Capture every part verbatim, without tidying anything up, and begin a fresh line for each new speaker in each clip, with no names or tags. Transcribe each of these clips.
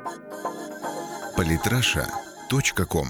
политраша точка ком.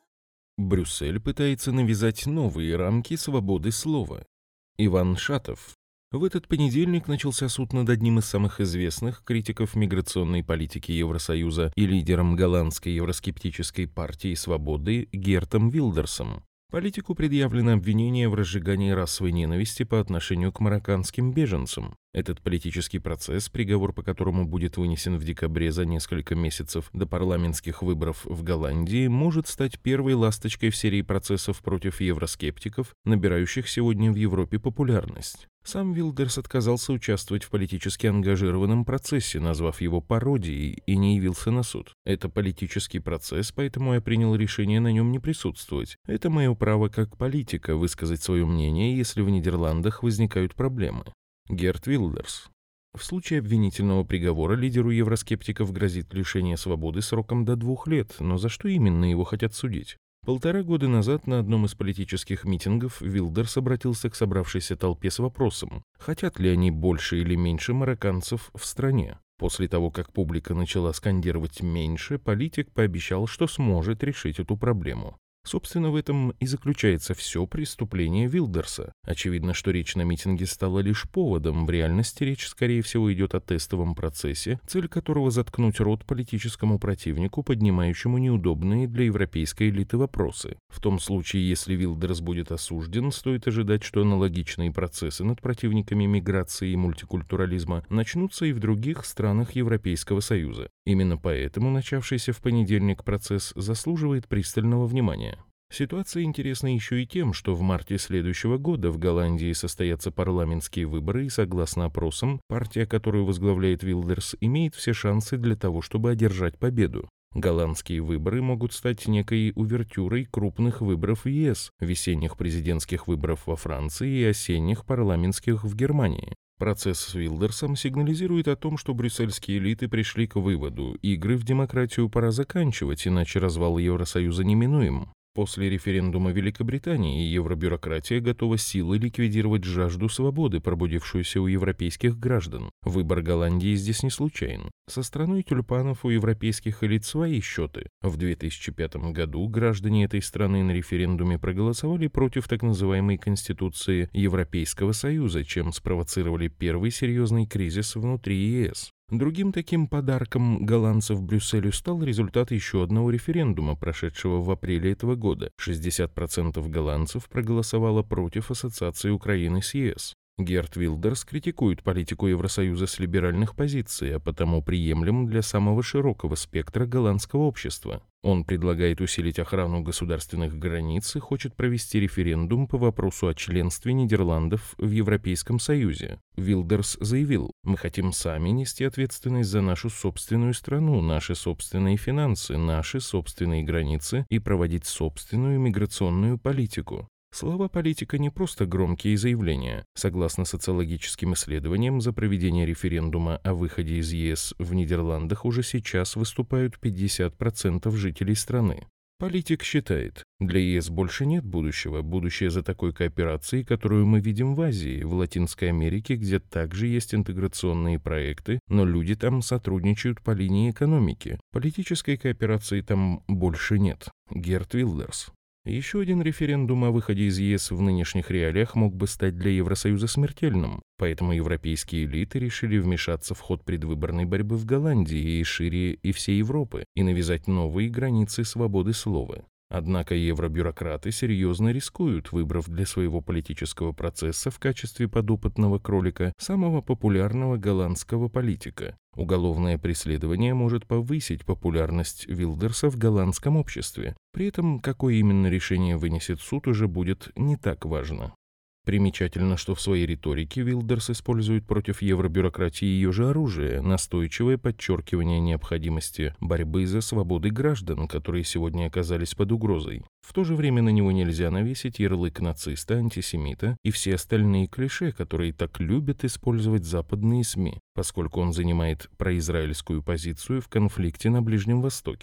Брюссель пытается навязать новые рамки свободы слова. Иван Шатов. В этот понедельник начался суд над одним из самых известных критиков миграционной политики Евросоюза и лидером голландской евроскептической партии «Свободы» Гертом Вилдерсом. Политику предъявлено обвинение в разжигании расовой ненависти по отношению к марокканским беженцам. Этот политический процесс, приговор по которому будет вынесен в декабре за несколько месяцев до парламентских выборов в Голландии, может стать первой ласточкой в серии процессов против евроскептиков, набирающих сегодня в Европе популярность. Сам Вилдерс отказался участвовать в политически ангажированном процессе, назвав его пародией, и не явился на суд. Это политический процесс, поэтому я принял решение на нем не присутствовать. Это мое право как политика высказать свое мнение, если в Нидерландах возникают проблемы. Герт Вилдерс. В случае обвинительного приговора лидеру евроскептиков грозит лишение свободы сроком до двух лет, но за что именно его хотят судить? Полтора года назад на одном из политических митингов Вилдерс обратился к собравшейся толпе с вопросом, хотят ли они больше или меньше марокканцев в стране. После того, как публика начала скандировать «меньше», политик пообещал, что сможет решить эту проблему. Собственно, в этом и заключается все преступление Вилдерса. Очевидно, что речь на митинге стала лишь поводом. В реальности речь, скорее всего, идет о тестовом процессе, цель которого заткнуть рот политическому противнику, поднимающему неудобные для европейской элиты вопросы. В том случае, если Вилдерс будет осужден, стоит ожидать, что аналогичные процессы над противниками миграции и мультикультурализма начнутся и в других странах Европейского Союза. Именно поэтому начавшийся в понедельник процесс заслуживает пристального внимания. Ситуация интересна еще и тем, что в марте следующего года в Голландии состоятся парламентские выборы, и, согласно опросам, партия, которую возглавляет Вилдерс, имеет все шансы для того, чтобы одержать победу. Голландские выборы могут стать некой увертюрой крупных выборов в ЕС, весенних президентских выборов во Франции и осенних парламентских в Германии. Процесс с Вилдерсом сигнализирует о том, что брюссельские элиты пришли к выводу: игры в демократию пора заканчивать, иначе развал Евросоюза неминуем. После референдума Великобритании евробюрократия готова силой ликвидировать жажду свободы, пробудившуюся у европейских граждан. Выбор Голландии здесь не случайен. Со страной тюльпанов у европейских элит свои счеты. В две тысячи пятом году граждане этой страны на референдуме проголосовали против так называемой Конституции Европейского Союза, чем спровоцировали первый серьезный кризис внутри ЕС. Другим таким подарком голландцев Брюсселю стал результат еще одного референдума, прошедшего в апреле этого года. шестьдесят процентов голландцев проголосовало против ассоциации Украины с ЕС. Герт Вилдерс критикует политику Евросоюза с либеральных позиций, а потому приемлем для самого широкого спектра голландского общества. Он предлагает усилить охрану государственных границ и хочет провести референдум по вопросу о членстве Нидерландов в Европейском Союзе. Вилдерс заявил: «Мы хотим сами нести ответственность за нашу собственную страну, наши собственные финансы, наши собственные границы и проводить собственную миграционную политику». Слова политика не просто громкие заявления. Согласно социологическим исследованиям, за проведение референдума о выходе из ЕС в Нидерландах уже сейчас выступают пятьдесят процентов жителей страны. Политик считает, для ЕС больше нет будущего, будущее за такой кооперацией, которую мы видим в Азии, в Латинской Америке, где также есть интеграционные проекты, но люди там сотрудничают по линии экономики. Политической кооперации там больше нет. Герт Вилдерс. Еще один референдум о выходе из ЕС в нынешних реалиях мог бы стать для Евросоюза смертельным, поэтому европейские элиты решили вмешаться в ход предвыборной борьбы в Голландии и шире и всей Европы и навязать новые границы свободы слова. Однако евробюрократы серьезно рискуют, выбрав для своего политического процесса в качестве подопытного кролика самого популярного голландского политика. Уголовное преследование может повысить популярность Вилдерса в голландском обществе. При этом, какое именно решение вынесет суд, уже будет не так важно. Примечательно, что в своей риторике Вилдерс использует против евробюрократии ее же оружие, настойчивое подчеркивание необходимости борьбы за свободы граждан, которые сегодня оказались под угрозой. В то же время на него нельзя навесить ярлык нациста, антисемита и все остальные клише, которые так любят использовать западные СМИ, поскольку он занимает произраильскую позицию в конфликте на Ближнем Востоке.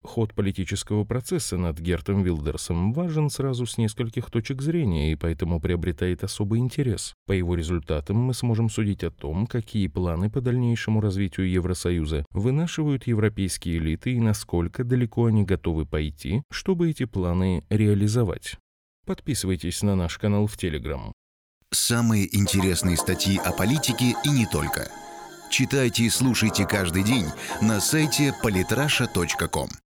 Ход политического процесса над Гертом Вилдерсом важен сразу с нескольких точек зрения и поэтому приобретает особый интерес. По его результатам мы сможем судить о том, какие планы по дальнейшему развитию Евросоюза вынашивают европейские элиты и насколько далеко они готовы пойти, чтобы эти планы реализовать. Подписывайтесь на наш канал в Telegram.
Самые интересные статьи о политике и не только. Читайте и слушайте каждый день на сайте политраша точка ком.